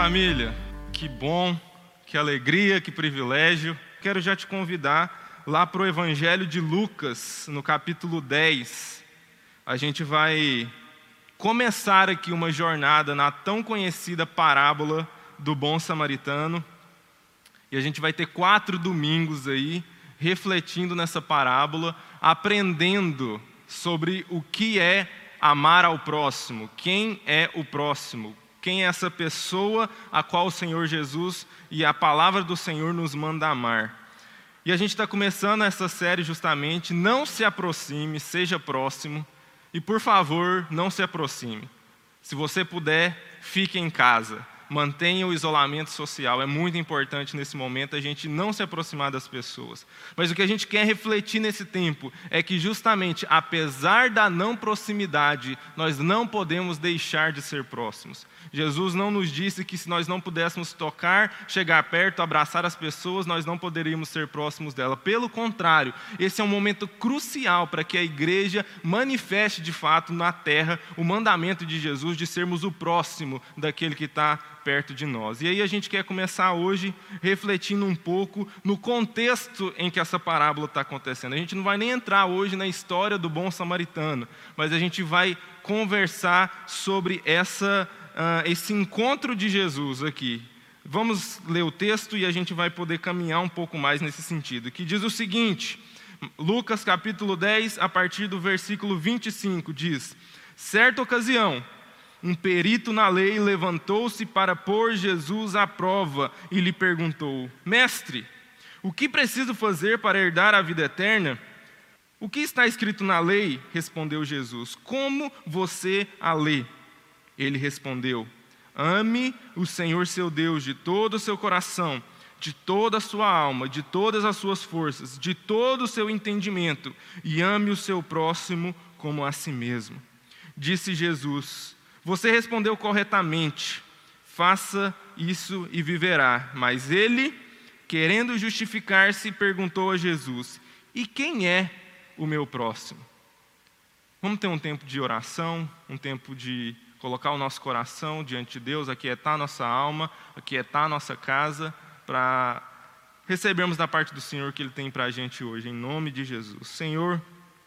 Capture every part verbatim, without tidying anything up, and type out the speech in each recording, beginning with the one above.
família, que bom, que alegria, que privilégio. Quero já te convidar lá para o Evangelho de Lucas, no capítulo dez. A gente vai começar aqui uma jornada na tão conhecida parábola do bom samaritano. E a gente vai ter quatro domingos aí, refletindo nessa parábola, aprendendo sobre o que é amar ao próximo, quem é o próximo, quem é essa pessoa a qual o Senhor Jesus e a palavra do Senhor nos manda amar. E a gente está começando essa série justamente, não se aproxime, seja próximo, e por favor, não se aproxime. Se você puder, fique em casa. Mantenha o isolamento social, é muito importante nesse momento a gente não se aproximar das pessoas. Mas o que a gente quer refletir nesse tempo é que justamente, apesar da não proximidade, nós não podemos deixar de ser próximos. Jesus não nos disse que se nós não pudéssemos tocar, chegar perto, abraçar as pessoas, nós não poderíamos ser próximos dela. Pelo contrário, esse é um momento crucial para que a igreja manifeste de fato na terra o mandamento de Jesus de sermos o próximo daquele que está perto de nós. E aí a gente quer começar hoje refletindo um pouco no contexto em que essa parábola está acontecendo. A gente não vai nem entrar hoje na história do bom samaritano, mas a gente vai conversar sobre essa, uh, esse encontro de Jesus aqui. Vamos ler o texto e a gente vai poder caminhar um pouco mais nesse sentido, que diz o seguinte, Lucas capítulo dez, a partir do versículo vinte e cinco, diz: certa ocasião, um perito na lei levantou-se para pôr Jesus à prova e lhe perguntou: mestre, o que preciso fazer para herdar a vida eterna? O que está escrito na lei? Respondeu Jesus. Como você a lê? Ele respondeu: ame o Senhor seu Deus de todo o seu coração, de toda a sua alma, de todas as suas forças, de todo o seu entendimento, e ame o seu próximo como a si mesmo. Disse Jesus: você respondeu corretamente, faça isso e viverá. Mas ele, querendo justificar-se, perguntou a Jesus: e quem é o meu próximo? Vamos ter um tempo de oração, um tempo de colocar o nosso coração diante de Deus, aquietar a nossa alma, aquietar a nossa casa, para recebermos da parte do Senhor o que Ele tem para a gente hoje, em nome de Jesus. Senhor,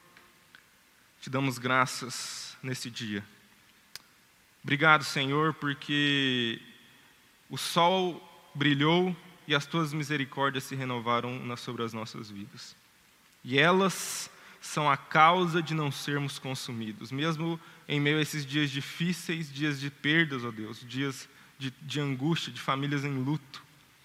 te damos graças nesse dia. Obrigado, Senhor, porque o sol brilhou e as tuas misericórdias se renovaram sobre as nossas vidas. E elas são a causa de não sermos consumidos, mesmo em meio a esses dias difíceis, dias de perdas, ó Deus, dias de, de angústia, de famílias em luto.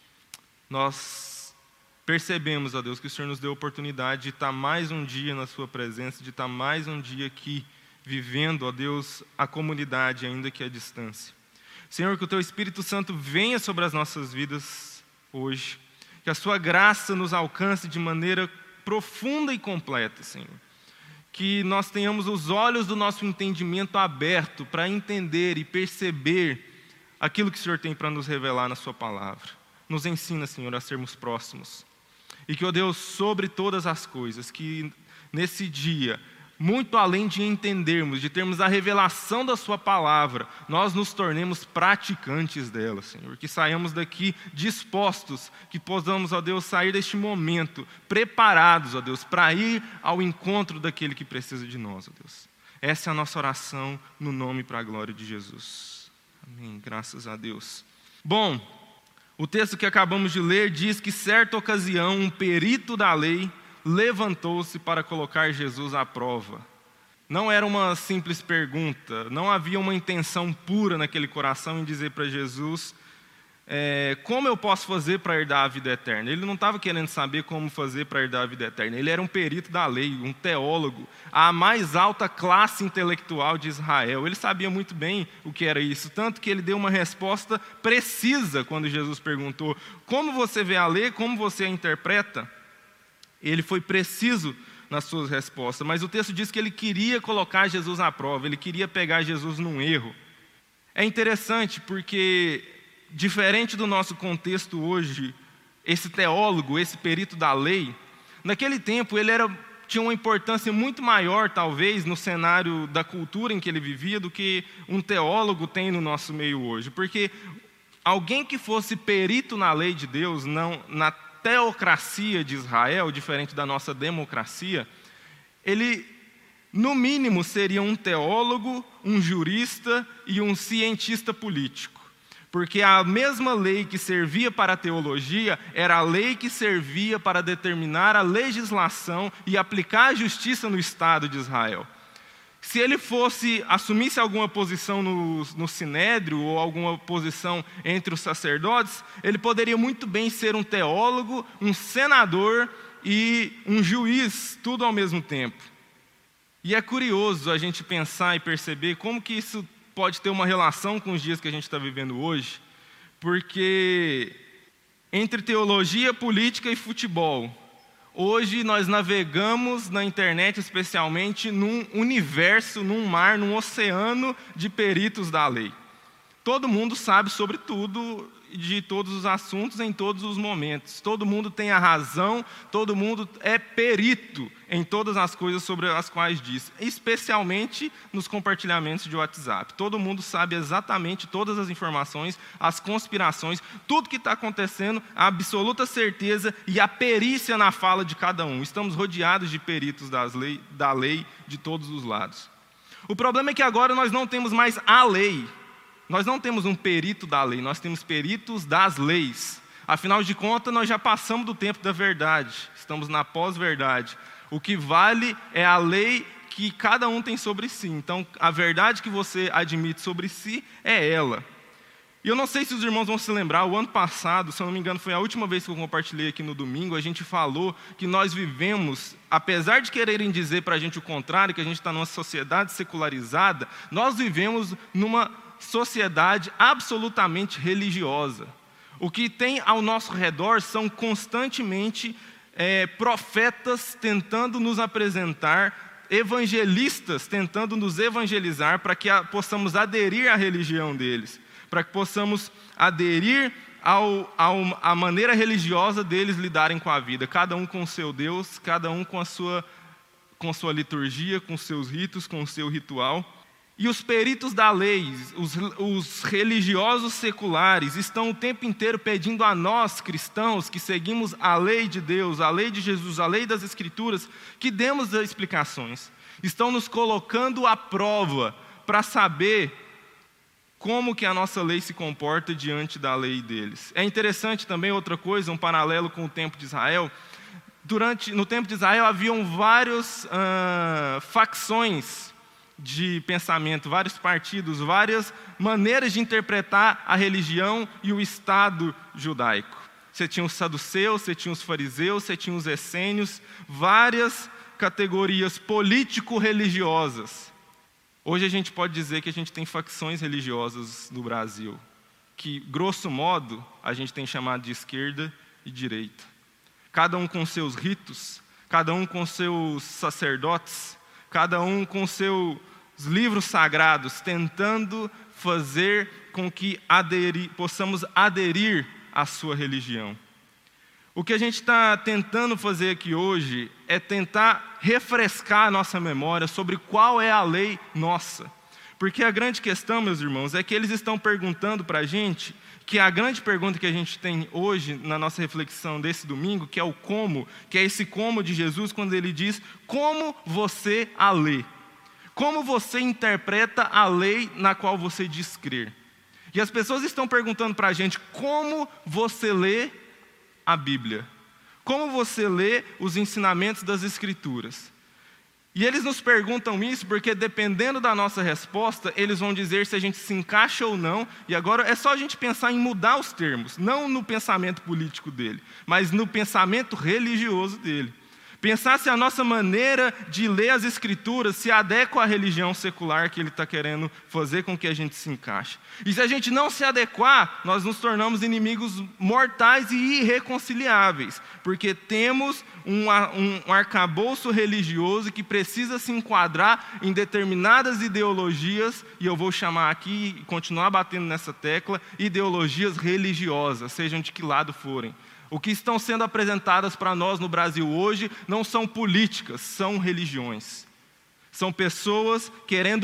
Nós percebemos, ó Deus, que o Senhor nos deu a oportunidade de estar mais um dia na sua presença, de estar mais um dia aqui, vivendo, ó Deus, a comunidade, ainda que à distância. Senhor, que o Teu Espírito Santo venha sobre as nossas vidas hoje, que a Sua graça nos alcance de maneira profunda e completa, Senhor. Que nós tenhamos os olhos do nosso entendimento aberto para entender e perceber aquilo que o Senhor tem para nos revelar na Sua palavra. Nos ensina, Senhor, a sermos próximos. E que, ó Deus, sobre todas as coisas, que nesse dia, muito além de entendermos, de termos a revelação da Sua palavra, nós nos tornemos praticantes dela, Senhor. Que saiamos daqui dispostos, que possamos, ó Deus, sair deste momento preparados, ó Deus, para ir ao encontro daquele que precisa de nós, ó Deus. Essa é a nossa oração no nome e para a glória de Jesus. Amém, graças a Deus. Bom, o texto que acabamos de ler diz que certa ocasião um perito da lei levantou-se para colocar Jesus à prova. Não era uma simples pergunta, não havia uma intenção pura naquele coração em dizer para Jesus, é, como eu posso fazer para herdar a vida eterna? Ele não estava querendo saber como fazer para herdar a vida eterna, ele era um perito da lei, um teólogo, a mais alta classe intelectual de Israel. Ele sabia muito bem o que era isso, tanto que ele deu uma resposta precisa quando Jesus perguntou, como você vê a lei, como você a interpreta? Ele foi preciso nas suas respostas, mas o texto diz que ele queria colocar Jesus à prova, ele queria pegar Jesus num erro. É interessante porque, diferente do nosso contexto hoje, esse teólogo, esse perito da lei, naquele tempo ele era, tinha uma importância muito maior, talvez, no cenário da cultura em que ele vivia, do que um teólogo tem no nosso meio hoje, porque alguém que fosse perito na lei de Deus, não na teocracia de Israel, diferente da nossa democracia, ele, no mínimo, seria um teólogo, um jurista e um cientista político. Porque a mesma lei que servia para a teologia era a lei que servia para determinar a legislação e aplicar a justiça no Estado de Israel. Se ele fosse, assumisse alguma posição no, no Sinédrio ou alguma posição entre os sacerdotes, ele poderia muito bem ser um teólogo, um senador e um juiz, tudo ao mesmo tempo. E é curioso a gente pensar e perceber como que isso pode ter uma relação com os dias que a gente está vivendo hoje, porque entre teologia, política e futebol, hoje nós navegamos na internet, especialmente num universo, num mar, num oceano de peritos da lei. Todo mundo sabe sobre tudo, de todos os assuntos, em todos os momentos. Todo mundo tem a razão, todo mundo é perito em todas as coisas sobre as quais diz, especialmente nos compartilhamentos de WhatsApp. Todo mundo sabe exatamente todas as informações, as conspirações, tudo que está acontecendo, a absoluta certeza e a perícia na fala de cada um. Estamos rodeados de peritos das lei, da lei de todos os lados. O problema é que agora nós não temos mais a lei. Nós não temos um perito da lei, nós temos peritos das leis. Afinal de contas, nós já passamos do tempo da verdade, estamos na pós-verdade. O que vale é a lei que cada um tem sobre si. Então, a verdade que você admite sobre si é ela. E eu não sei se os irmãos vão se lembrar, o ano passado, se eu não me engano, foi a última vez que eu compartilhei aqui no domingo, a gente falou que nós vivemos, apesar de quererem dizer para a gente o contrário, que a gente está numa sociedade secularizada, nós vivemos numa sociedade absolutamente religiosa. O que tem ao nosso redor são constantemente é, profetas tentando nos apresentar, evangelistas tentando nos evangelizar para que a, possamos aderir à religião deles, para que possamos aderir ao, ao, à maneira religiosa deles lidarem com a vida, cada um com o seu Deus, cada um com a sua, com a sua liturgia, com os seus ritos, com o seu ritual. E os peritos da lei, os, os religiosos seculares, estão o tempo inteiro pedindo a nós, cristãos, que seguimos a lei de Deus, a lei de Jesus, a lei das Escrituras, que demos as explicações. Estão nos colocando à prova para saber como que a nossa lei se comporta diante da lei deles. É interessante também outra coisa, um paralelo com o tempo de Israel. Durante, no tempo de Israel haviam várias uh, facções de pensamento, vários partidos, várias maneiras de interpretar a religião e o Estado judaico. Você tinha os saduceus, você tinha os fariseus, você tinha os essênios, várias categorias político-religiosas. Hoje a gente pode dizer que a gente tem facções religiosas no Brasil, que, grosso modo, a gente tem chamado de esquerda e direita. Cada um com seus ritos, cada um com seus sacerdotes, cada um com seus livros sagrados, tentando fazer com que aderir, possamos aderir à sua religião. O que a gente está tentando fazer aqui hoje é tentar refrescar a nossa memória sobre qual é a lei nossa. Porque a grande questão, meus irmãos, é que eles estão perguntando para a gente, que a grande pergunta que a gente tem hoje na nossa reflexão desse domingo, que é o como, que é esse como de Jesus, quando ele diz, como você a lê? Como você interpreta a lei na qual você diz crer? E as pessoas estão perguntando para a gente, como você lê a Bíblia? Como você lê os ensinamentos das Escrituras? E eles nos perguntam isso porque, dependendo da nossa resposta, eles vão dizer se a gente se encaixa ou não. E agora é só a gente pensar em mudar os termos, não no pensamento político dele, mas no pensamento religioso dele. Pensar se a nossa maneira de ler as Escrituras se adequa à religião secular que ele está querendo fazer com que a gente se encaixe. E se a gente não se adequar, nós nos tornamos inimigos mortais e irreconciliáveis, porque temos um, um, um arcabouço religioso que precisa se enquadrar em determinadas ideologias, e eu vou chamar aqui e continuar batendo nessa tecla, ideologias religiosas, sejam de que lado forem. O que estão sendo apresentadas para nós no Brasil hoje não são políticas, são religiões. São pessoas querendo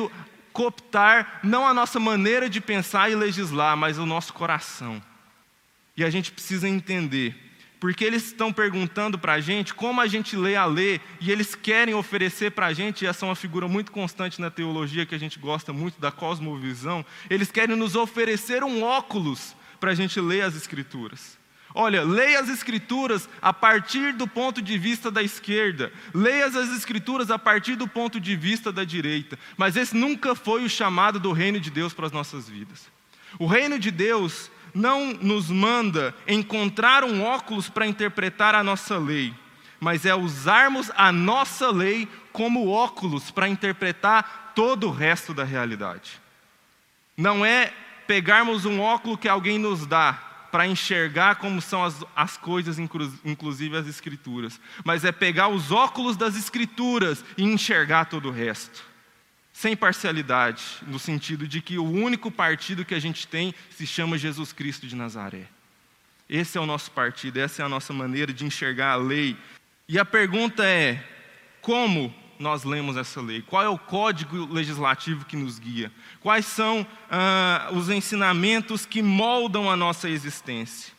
cooptar não a nossa maneira de pensar e legislar, mas o nosso coração. E a gente precisa entender, porque eles estão perguntando para a gente como a gente lê a lei, e eles querem oferecer para a gente, e essa é uma figura muito constante na teologia que a gente gosta muito, da cosmovisão, eles querem nos oferecer um óculos para a gente ler as Escrituras. Olha, leia as Escrituras a partir do ponto de vista da esquerda, leia as Escrituras a partir do ponto de vista da direita, mas esse nunca foi o chamado do reino de Deus para as nossas vidas. O reino de Deus não nos manda encontrar um óculos para interpretar a nossa lei, mas é usarmos a nossa lei como óculos para interpretar todo o resto da realidade. Não é pegarmos um óculos que alguém nos dá para enxergar como são as, as coisas, inclusive as Escrituras, mas é pegar os óculos das Escrituras e enxergar todo o resto, sem parcialidade, no sentido de que o único partido que a gente tem se chama Jesus Cristo de Nazaré. Esse é o nosso partido, essa é a nossa maneira de enxergar a lei. E a pergunta é, como nós lemos essa lei? Qual é o código legislativo que nos guia? Quais são ah, os ensinamentos que moldam a nossa existência?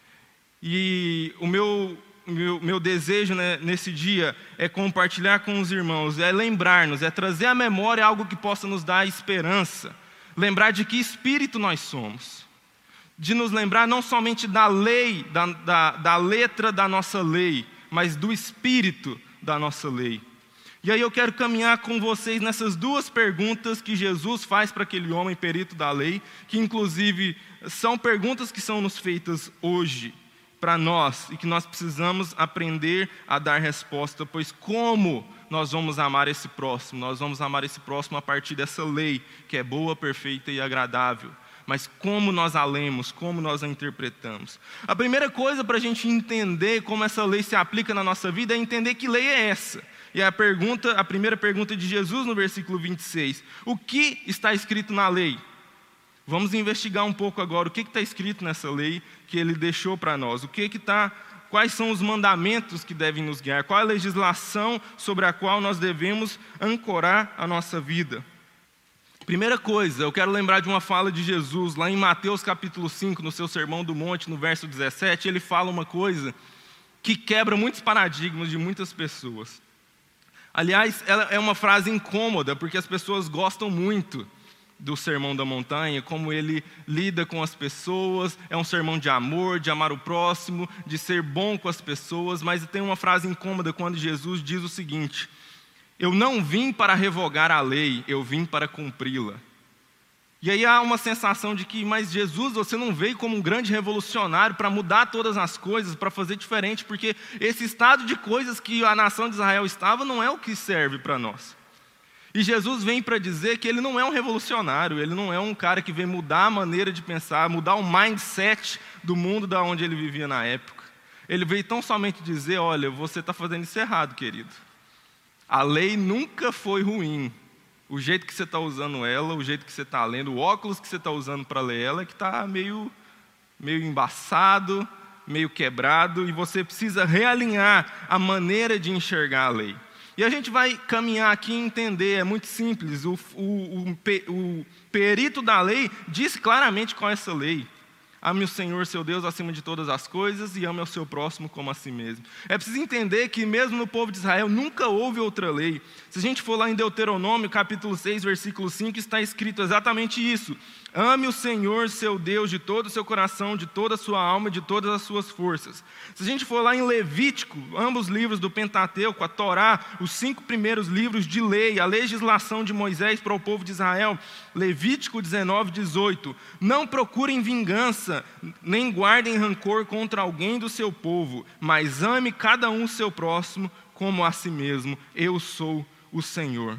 E o meu, meu, meu desejo, né, nesse dia é compartilhar com os irmãos, é lembrar-nos, é trazer à memória algo que possa nos dar esperança, lembrar de que espírito nós somos, de nos lembrar não somente da lei, da, da, da letra da nossa lei, mas do espírito da nossa lei. E aí eu quero caminhar com vocês nessas duas perguntas que Jesus faz para aquele homem perito da lei, que inclusive são perguntas que são nos feitas hoje para nós e que nós precisamos aprender a dar resposta, pois como nós vamos amar esse próximo? Nós vamos amar esse próximo a partir dessa lei, que é boa, perfeita e agradável. Mas como nós a lemos, como nós a interpretamos? A primeira coisa para a gente entender como essa lei se aplica na nossa vida é entender que lei é essa. E a pergunta, a primeira pergunta de Jesus no versículo vinte e seis. O que está escrito na lei? Vamos investigar um pouco agora o que está escrito nessa lei que ele deixou para nós. O que que está, quais são os mandamentos que devem nos guiar? Qual é a legislação sobre a qual nós devemos ancorar a nossa vida? Primeira coisa, eu quero lembrar de uma fala de Jesus, lá em Mateus capítulo cinco, no seu Sermão do Monte, no verso dezessete, ele fala uma coisa que quebra muitos paradigmas de muitas pessoas. Aliás, ela é uma frase incômoda, porque as pessoas gostam muito do Sermão da Montanha, como ele lida com as pessoas, é um sermão de amor, de amar o próximo, de ser bom com as pessoas, mas tem uma frase incômoda quando Jesus diz o seguinte: eu não vim para revogar a lei, eu vim para cumpri-la. E aí há uma sensação de que, mas Jesus, você não veio como um grande revolucionário para mudar todas as coisas, para fazer diferente, porque esse estado de coisas que a nação de Israel estava não é o que serve para nós. E Jesus vem para dizer que ele não é um revolucionário, ele não é um cara que vem mudar a maneira de pensar, mudar o mindset do mundo da onde ele vivia na época. Ele veio tão somente dizer, olha, você está fazendo isso errado, querido. A lei nunca foi ruim. O jeito que você está usando ela, o jeito que você está lendo, o óculos que você está usando para ler ela, é que está meio, meio embaçado, meio quebrado, e você precisa realinhar a maneira de enxergar a lei. E a gente vai caminhar aqui e entender, é muito simples, o, o, o, o perito da lei diz claramente qual é essa lei. Ame o Senhor, seu Deus, acima de todas as coisas e ame ao seu próximo como a si mesmo. É preciso entender que mesmo no povo de Israel nunca houve outra lei. Se a gente for lá em Deuteronômio, capítulo seis, versículo cinco, está escrito exatamente isso. Ame o Senhor, seu Deus, de todo o seu coração, de toda a sua alma e de todas as suas forças. Se a gente for lá em Levítico, ambos livros do Pentateuco, a Torá, os cinco primeiros livros de lei, a legislação de Moisés para o povo de Israel, Levítico dezenove, dezoito. Não procurem vingança, nem guardem rancor contra alguém do seu povo, mas ame cada um o seu próximo como a si mesmo. Eu sou o Senhor.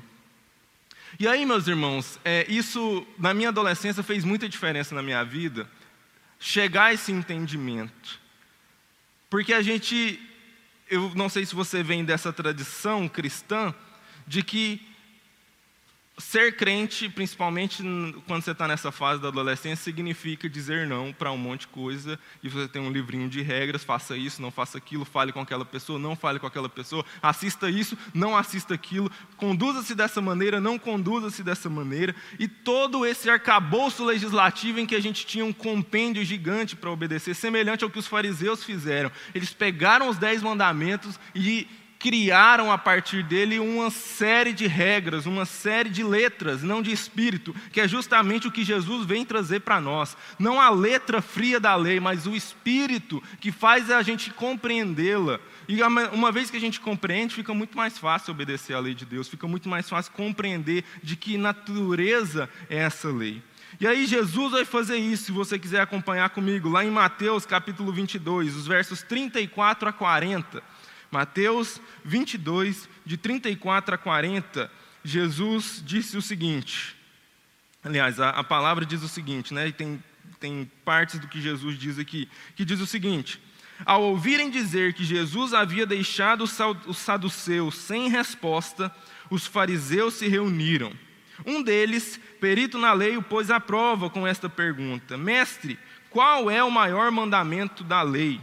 E aí, meus irmãos, é, isso na minha adolescência fez muita diferença na minha vida, chegar a esse entendimento. Porque a gente, eu não sei se você vem dessa tradição cristã, de que Ser crente, principalmente quando você está nessa fase da adolescência, significa dizer não para um monte de coisa, e você tem um livrinho de regras, faça isso, não faça aquilo, fale com aquela pessoa, não fale com aquela pessoa, assista isso, não assista aquilo, conduza-se dessa maneira, não conduza-se dessa maneira, e todo esse arcabouço legislativo em que a gente tinha um compêndio gigante para obedecer, semelhante ao que os fariseus fizeram. Eles pegaram os dez mandamentos e criaram a partir dele uma série de regras, uma série de letras, não de espírito, que é justamente o que Jesus vem trazer para nós. Não a letra fria da lei, mas o espírito que faz a gente compreendê-la. E uma vez que a gente compreende, fica muito mais fácil obedecer à lei de Deus, fica muito mais fácil compreender de que natureza é essa lei. E aí Jesus vai fazer isso, se você quiser acompanhar comigo, lá em Mateus capítulo vinte e dois, os versos trinta e quatro a quarenta. Mateus vinte e dois, de trinta e quatro a quarenta, Jesus disse o seguinte, aliás, a, a palavra diz o seguinte, né? E tem, tem partes do que Jesus diz aqui, que diz o seguinte: ao ouvirem dizer que Jesus havia deixado os saduceus sem resposta, os fariseus se reuniram. Um deles, perito na lei, o pôs à prova com esta pergunta: Mestre, qual é o maior mandamento da lei?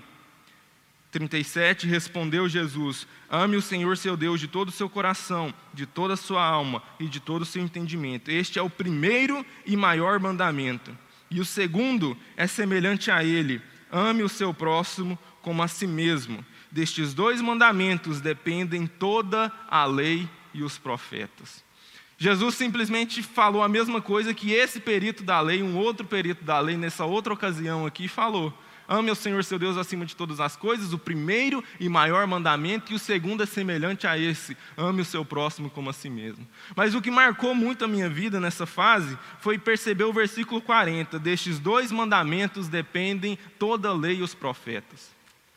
trinta e sete, respondeu Jesus: ame o Senhor seu Deus de todo o seu coração, de toda a sua alma e de todo o seu entendimento. Este é o primeiro e maior mandamento. E o segundo é semelhante a ele: ame o seu próximo como a si mesmo. Destes dois mandamentos dependem toda a lei e os profetas. Jesus simplesmente falou a mesma coisa que esse perito da lei, um outro perito da lei, nessa outra ocasião aqui, falou. Ame o Senhor seu Deus acima de todas as coisas, o primeiro e maior mandamento, e o segundo é semelhante a esse: ame o seu próximo como a si mesmo. Mas o que marcou muito a minha vida nessa fase foi perceber o versículo quarenta: destes dois mandamentos dependem toda a lei e os profetas.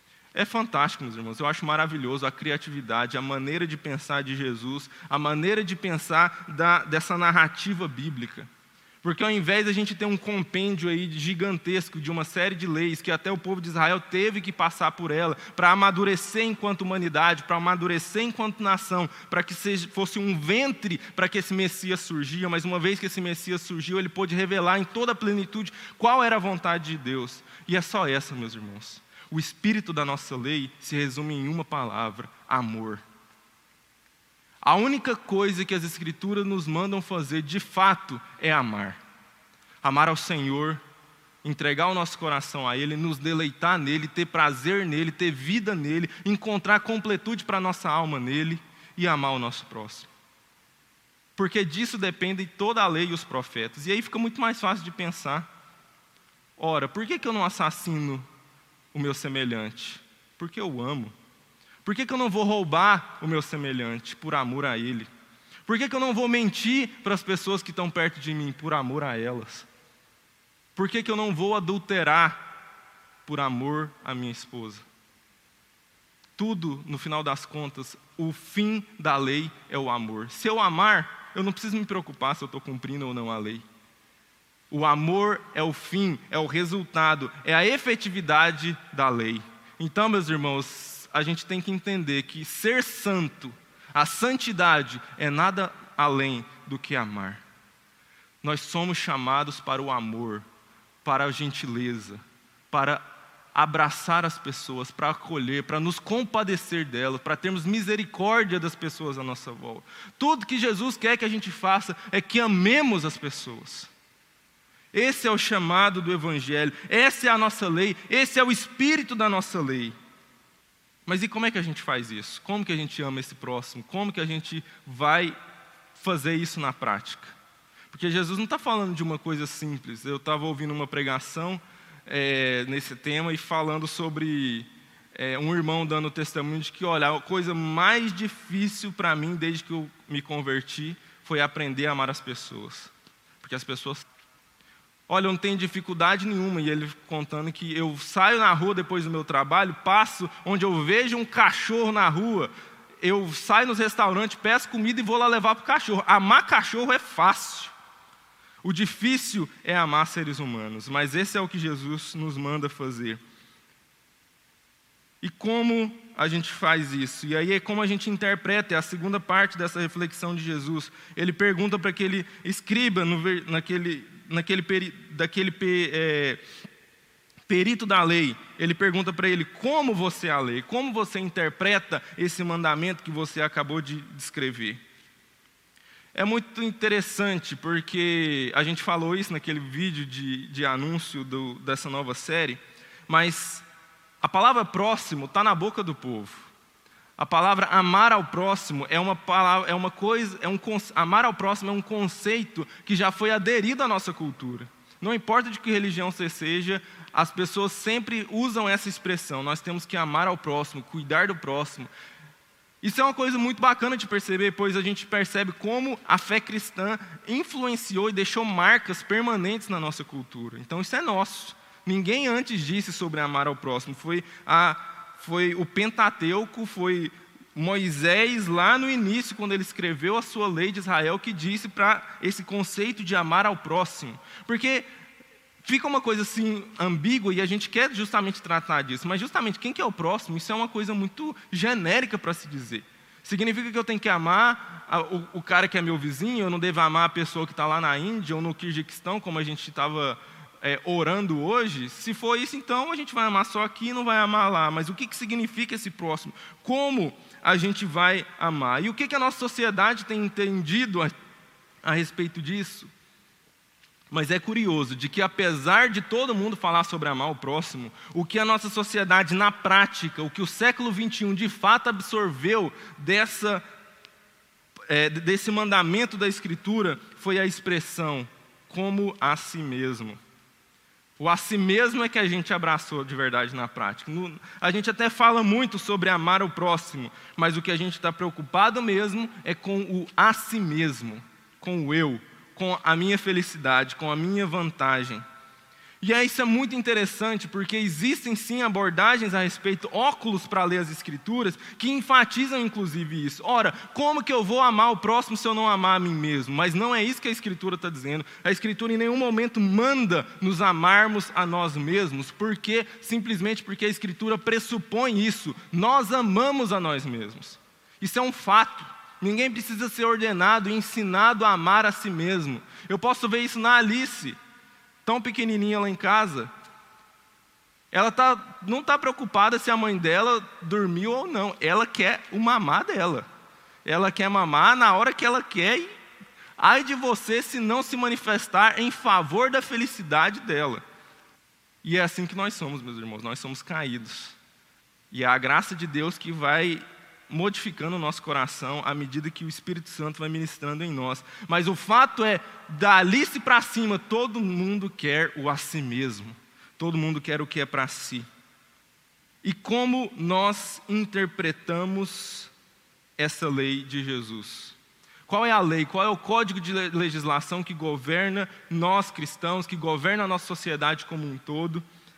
É fantástico, meus irmãos, eu acho maravilhoso a criatividade, a maneira de pensar de Jesus, a maneira de pensar da, dessa narrativa bíblica. Porque ao invés de a gente ter um compêndio aí gigantesco de uma série de leis que até o povo de Israel teve que passar por ela para amadurecer enquanto humanidade, para amadurecer enquanto nação, para que seja, fosse um ventre para que esse Messias surgia, mas uma vez que esse Messias surgiu, ele pôde revelar em toda a plenitude qual era a vontade de Deus. E é só essa, meus irmãos. O espírito da nossa lei se resume em uma palavra: amor. A única coisa que as Escrituras nos mandam fazer, de fato, é amar. Amar ao Senhor, entregar o nosso coração a Ele, nos deleitar nele, ter prazer nele, ter vida nele, encontrar completude para a nossa alma nele e amar o nosso próximo. Porque disso depende toda a lei e os profetas. E aí fica muito mais fácil de pensar: ora, por que que eu não assassino o meu semelhante? Porque eu amo. Por que que eu não vou roubar o meu semelhante? Por amor a ele. Por que que eu não vou mentir para as pessoas que estão perto de mim? Por amor a elas. Por que que eu não vou adulterar? Por amor à minha esposa. Tudo, no final das contas, o fim da lei é o amor. Se eu amar, eu não preciso me preocupar se eu estou cumprindo ou não a lei. O amor é o fim, é o resultado, é a efetividade da lei. Então, meus irmãos, a gente tem que entender que ser santo, a santidade, é nada além do que amar. Nós somos chamados para o amor, para a gentileza, para abraçar as pessoas, para acolher, para nos compadecer delas, para termos misericórdia das pessoas à nossa volta. Tudo que Jesus quer que a gente faça é que amemos as pessoas. Esse é o chamado do Evangelho, essa é a nossa lei, esse é o espírito da nossa lei. Mas e como é que a gente faz isso? Como que a gente ama esse próximo? Como que a gente vai fazer isso na prática? Porque Jesus não está falando de uma coisa simples. Eu estava ouvindo uma pregação é, nesse tema e falando sobre é, um irmão dando testemunho de que, olha, a coisa mais difícil para mim desde que eu me converti foi aprender a amar as pessoas. Porque as pessoas... Olha, eu não tenho dificuldade nenhuma, e ele contando que eu saio na rua depois do meu trabalho, passo onde eu vejo um cachorro na rua, eu saio nos restaurantes, peço comida e vou lá levar para o cachorro. Amar cachorro é fácil. O difícil é amar seres humanos, mas esse é o que Jesus nos manda fazer. E como a gente faz isso? E aí é como a gente interpreta, é a segunda parte dessa reflexão de Jesus. Ele pergunta para aquele escriba, no, naquele, naquele, peri, daquele é, perito da lei, ele pergunta para ele, como você é a lei? Como você interpreta esse mandamento que você acabou de descrever? É muito interessante, porque a gente falou isso naquele vídeo de, de anúncio do, dessa nova série, mas a palavra próximo está na boca do povo. A palavra amar ao próximo é uma palavra, é uma coisa, é um amar ao próximo é um conceito que já foi aderido à nossa cultura. Não importa de que religião você seja, as pessoas sempre usam essa expressão. Nós temos que amar ao próximo, cuidar do próximo. Isso é uma coisa muito bacana de perceber, pois a gente percebe como a fé cristã influenciou e deixou marcas permanentes na nossa cultura. Então isso é nosso. Ninguém antes disse sobre amar ao próximo. Foi, a, foi o Pentateuco, foi Moisés lá no início, quando ele escreveu a sua lei de Israel, que disse para esse conceito de amar ao próximo. Porque fica uma coisa assim ambígua e a gente quer justamente tratar disso. Mas justamente quem que é o próximo, isso é uma coisa muito genérica para se dizer. Significa que eu tenho que amar a, o, o cara que é meu vizinho, eu não devo amar a pessoa que está lá na Índia ou no Quirguistão, como a gente estava É, orando hoje. Se for isso, então a gente vai amar só aqui e não vai amar lá. Mas o que, que significa esse próximo? Como a gente vai amar? E o que, que a nossa sociedade tem entendido a, a respeito disso? Mas é curioso de que, apesar de todo mundo falar sobre amar o próximo, o que a nossa sociedade na prática, o que o século vinte e um de fato absorveu dessa, é, desse mandamento da Escritura foi a expressão como a si mesmo. O a si mesmo é que a gente abraçou de verdade na prática. No, a gente até fala muito sobre amar o próximo, mas o que a gente está preocupado mesmo é com o a si mesmo, com o eu, com a minha felicidade, com a minha vantagem. E aí isso é muito interessante, porque existem sim abordagens a respeito, óculos para ler as Escrituras, que enfatizam inclusive isso. Ora, como que eu vou amar o próximo se eu não amar a mim mesmo? Mas não é isso que a Escritura está dizendo. A Escritura em nenhum momento manda nos amarmos a nós mesmos, porque simplesmente porque a Escritura pressupõe isso. Nós amamos a nós mesmos. Isso é um fato. Ninguém precisa ser ordenado e ensinado a amar a si mesmo. Eu posso ver isso na Alice, tão pequenininha lá em casa. Ela tá, não está preocupada se a mãe dela dormiu ou não. Ela quer o mamar dela. Ela quer mamar na hora que ela quer. E ai de você se não se manifestar em favor da felicidade dela. E é assim que nós somos, meus irmãos. Nós somos caídos. E é a graça de Deus que vai modificando o nosso coração à medida que o Espírito Santo vai ministrando em nós. Mas o fato é, dali para cima, todo mundo quer o a si mesmo. Todo mundo quer o que é para si. E como nós interpretamos essa lei de Jesus? Qual é a lei? Qual é o código de legislação que governa nós cristãos, que governa a nossa sociedade como um todo?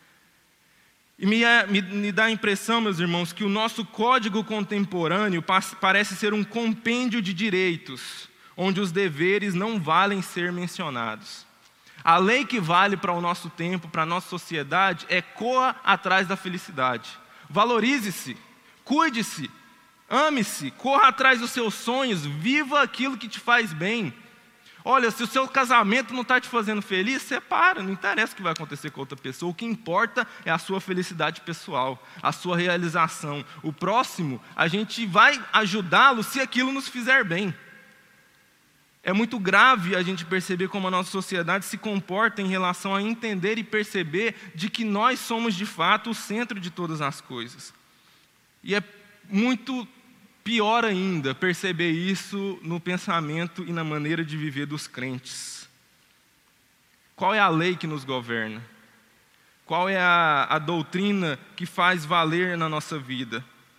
E me, me, me dá a impressão, meus irmãos, que o nosso código contemporâneo parece ser um compêndio de direitos, onde os deveres não valem ser mencionados. A lei que vale para o nosso tempo, para a nossa sociedade, é corra atrás da felicidade. Valorize-se, cuide-se, ame-se, corra atrás dos seus sonhos, viva aquilo que te faz bem. Olha, se o seu casamento não está te fazendo feliz, separa, não interessa o que vai acontecer com outra pessoa. O que importa é a sua felicidade pessoal, a sua realização. O próximo, a gente vai ajudá-lo se aquilo nos fizer bem. É muito grave a gente perceber como a nossa sociedade se comporta em relação a entender e perceber de que nós somos de fato o centro de todas as coisas. E é muito pior ainda, perceber isso no pensamento e na maneira de viver dos crentes. Qual é a lei que nos governa? Qual é a, a doutrina que faz valer na nossa vida?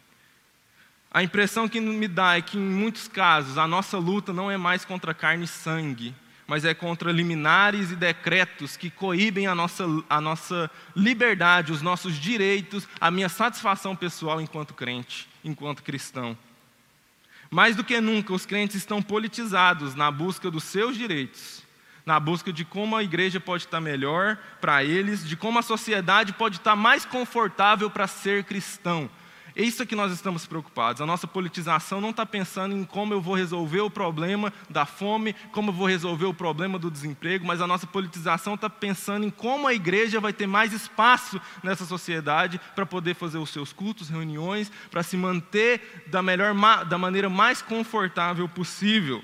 A impressão que me dá é que, em muitos casos, a nossa luta não é mais contra carne e sangue, mas é contra liminares e decretos que coíbem a nossa, a nossa liberdade, os nossos direitos, a minha satisfação pessoal enquanto crente, enquanto cristão. Mais do que nunca, os crentes estão politizados na busca dos seus direitos, na busca de como a igreja pode estar melhor para eles, de como a sociedade pode estar mais confortável para ser cristão. É isso que nós estamos preocupados. A nossa politização não está pensando em como eu vou resolver o problema da fome, como eu vou resolver o problema do desemprego, mas a nossa politização está pensando em como a igreja vai ter mais espaço nessa sociedade para poder fazer os seus cultos, reuniões, para se manter da, melhor, da maneira mais confortável possível.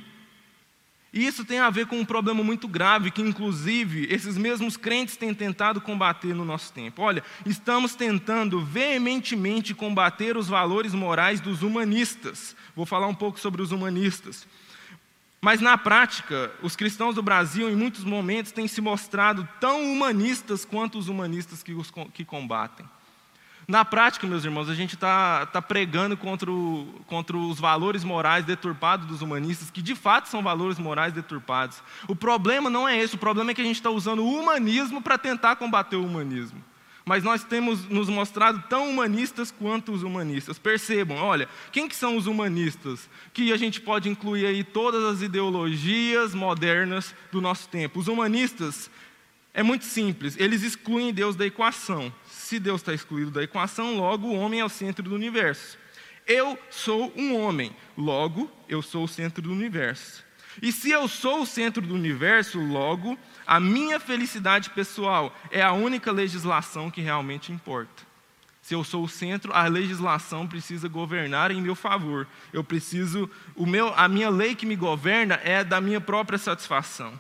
E isso tem a ver com um problema muito grave que, inclusive, esses mesmos crentes têm tentado combater no nosso tempo. Olha, estamos tentando veementemente combater os valores morais dos humanistas. Vou falar um pouco sobre os humanistas. Mas, na prática, os cristãos do Brasil, em muitos momentos, têm se mostrado tão humanistas quanto os humanistas que os que combatem. Na prática, meus irmãos, a gente está tá pregando contra, o, contra os valores morais deturpados dos humanistas, que de fato são valores morais deturpados. O problema não é esse, o problema é que a gente está usando o humanismo para tentar combater o humanismo. Mas nós temos nos mostrado tão humanistas quanto os humanistas. Percebam, olha, quem que são os humanistas? Que a gente pode incluir aí todas as ideologias modernas do nosso tempo. Os humanistas, é muito simples, eles excluem Deus da equação. Se Deus está excluído da equação, logo o homem é o centro do universo. Eu sou um homem, logo eu sou o centro do universo. E se eu sou o centro do universo, logo a minha felicidade pessoal é a única legislação que realmente importa. Se eu sou o centro, a legislação precisa governar em meu favor. Eu preciso, o meu, a minha lei que me governa é da minha própria satisfação.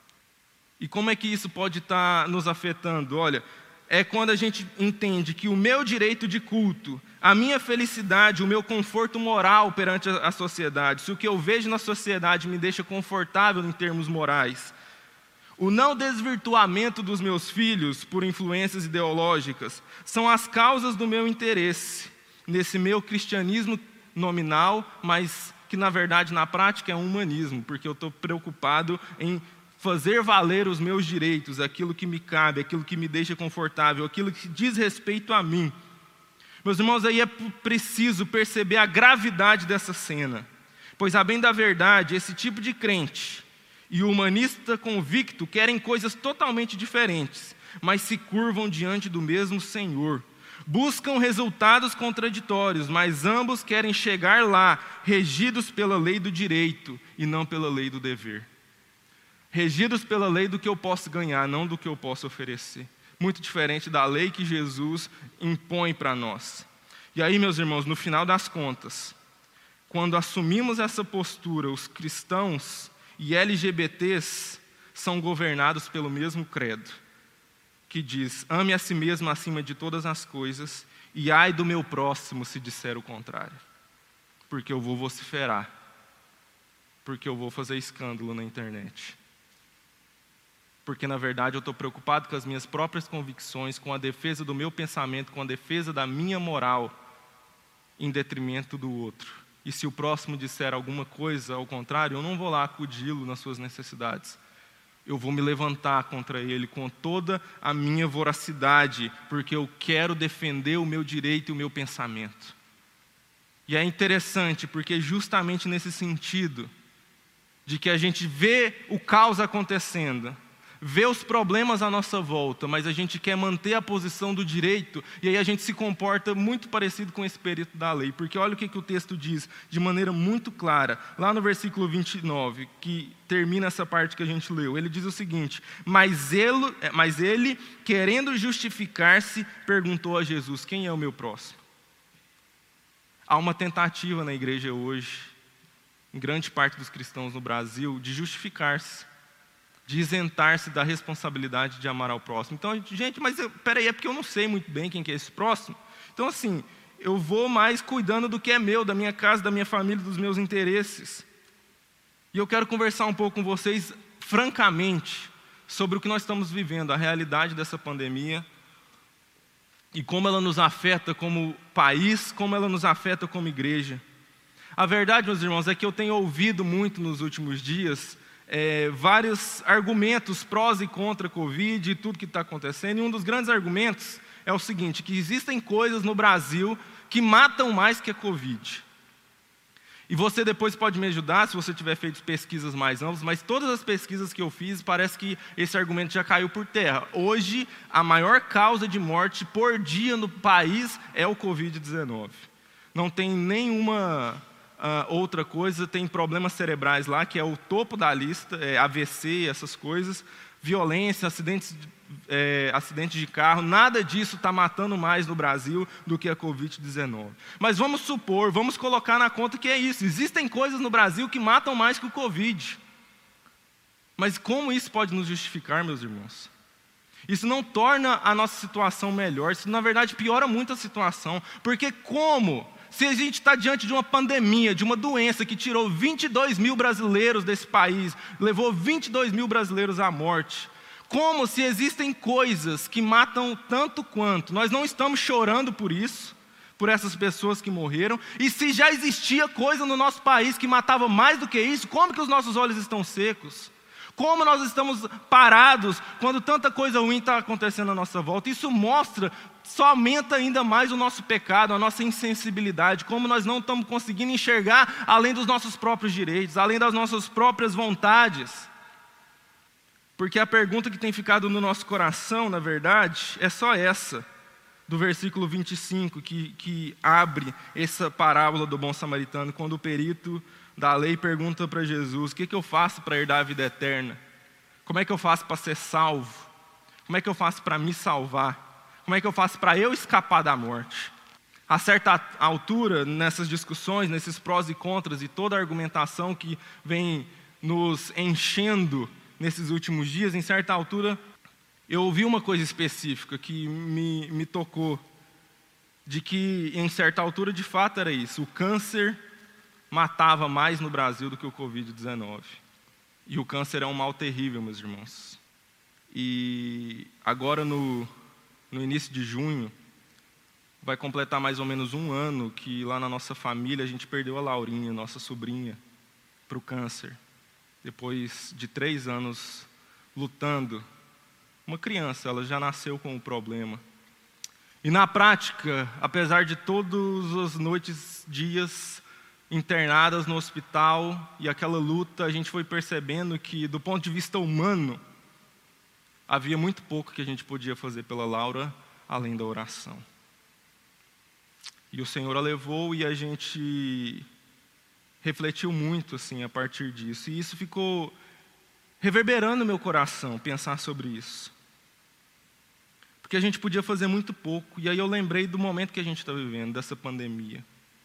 E como é que isso pode estar nos afetando? Olha, é quando a gente entende que o meu direito de culto, a minha felicidade, o meu conforto moral perante a sociedade, se o que eu vejo na sociedade me deixa confortável em termos morais, o não desvirtuamento dos meus filhos por influências ideológicas, são as causas do meu interesse nesse meu cristianismo nominal, mas que na verdade, na prática, é um humanismo, porque eu estou preocupado em fazer valer os meus direitos, aquilo que me cabe, aquilo que me deixa confortável, aquilo que diz respeito a mim. Meus irmãos, aí é preciso perceber a gravidade dessa cena, pois, a bem da verdade, esse tipo de crente e o humanista convicto querem coisas totalmente diferentes, mas se curvam diante do mesmo Senhor. Buscam resultados contraditórios, mas ambos querem chegar lá, regidos pela lei do direito e não pela lei do dever. Regidos pela lei do que eu posso ganhar, não do que eu posso oferecer. Muito diferente da lei que Jesus impõe para nós. E aí, meus irmãos, no final das contas, quando assumimos essa postura, os cristãos e L G B Ts são governados pelo mesmo credo, que diz: ame a si mesmo acima de todas as coisas, e ai do meu próximo se disser o contrário. Porque eu vou vociferar, porque eu vou fazer escândalo na internet. Porque, na verdade, eu estou preocupado com as minhas próprias convicções, com a defesa do meu pensamento, com a defesa da minha moral, em detrimento do outro. E se o próximo disser alguma coisa ao contrário, eu não vou lá acudi-lo nas suas necessidades. Eu vou me levantar contra ele com toda a minha voracidade, porque eu quero defender o meu direito e o meu pensamento. E é interessante, porque justamente nesse sentido, de que a gente vê o caos acontecendo, vê os problemas à nossa volta, mas a gente quer manter a posição do direito, e aí a gente se comporta muito parecido com esse perito da lei, porque olha o que, que o texto diz de maneira muito clara, lá no versículo vinte e nove, que termina essa parte que a gente leu. Ele diz o seguinte: mas ele, mas ele querendo justificar-se, perguntou a Jesus: quem é o meu próximo? Há uma tentativa na igreja hoje, em grande parte dos cristãos no Brasil, de justificar-se, de isentar-se da responsabilidade de amar ao próximo. Então, gente, mas peraí, é porque eu não sei muito bem quem que é esse próximo. Então, assim, eu vou mais cuidando do que é meu, da minha casa, da minha família, dos meus interesses. E eu quero conversar um pouco com vocês, francamente, sobre o que nós estamos vivendo, a realidade dessa pandemia, e como ela nos afeta como país, como ela nos afeta como igreja. A verdade, meus irmãos, é que eu tenho ouvido muito nos últimos dias É, vários argumentos prós e contra a Covid e tudo que está acontecendo, e um dos grandes argumentos é o seguinte: que existem coisas no Brasil que matam mais que a Covid. E você depois pode me ajudar, se você tiver feito pesquisas mais amplas, mas todas as pesquisas que eu fiz, parece que esse argumento já caiu por terra. Hoje, a maior causa de morte por dia no país é o covid dezenove. Não tem nenhuma uh, outra coisa, tem problemas cerebrais lá, que é o topo da lista, é A V C, essas coisas, violência, acidentes É, acidente de carro, nada disso está matando mais no Brasil do que a covid dezenove. Mas vamos supor, vamos colocar na conta que é isso. Existem coisas no Brasil que matam mais que o Covid. Mas como isso pode nos justificar, meus irmãos? Isso não torna a nossa situação melhor, isso na verdade piora muito a situação. Porque como, se a gente está diante de uma pandemia, de uma doença que tirou vinte e dois mil brasileiros desse país, levou vinte e dois mil brasileiros à morte, como se existem coisas que matam tanto quanto, nós não estamos chorando por isso, por essas pessoas que morreram, e se já existia coisa no nosso país que matava mais do que isso, como que os nossos olhos estão secos? Como nós estamos parados quando tanta coisa ruim está acontecendo à nossa volta? Isso mostra, só aumenta ainda mais o nosso pecado, a nossa insensibilidade, como nós não estamos conseguindo enxergar além dos nossos próprios direitos, além das nossas próprias vontades. Porque a pergunta que tem ficado no nosso coração, na verdade, é só essa, do versículo vinte e cinco, que, que abre essa parábola do bom samaritano, quando o perito da lei pergunta para Jesus: o que, que eu faço para herdar a vida eterna? Como é que eu faço para ser salvo? Como é que eu faço para me salvar? Como é que eu faço para eu escapar da morte? A certa altura, nessas discussões, nesses prós e contras e toda a argumentação que vem nos enchendo nesses últimos dias, em certa altura, eu ouvi uma coisa específica que me, me tocou, de que, em certa altura, de fato era isso: o câncer matava mais no Brasil do que o covid dezenove. E o câncer é um mal terrível, meus irmãos. E agora, no, no início de junho, vai completar mais ou menos um ano que lá na nossa família a gente perdeu a Laurinha, nossa sobrinha, para o câncer. Depois de três anos lutando, uma criança, ela já nasceu com o problema. E na prática, apesar de todas as noites, dias internadas no hospital e aquela luta, a gente foi percebendo que, do ponto de vista humano, havia muito pouco que a gente podia fazer pela Laura, além da oração. E o Senhor a levou e a gente refletiu muito assim, a partir disso. E isso ficou reverberando no meu coração, pensar sobre isso. Porque a gente podia fazer muito pouco. E aí eu lembrei do momento que a gente está vivendo, dessa pandemia.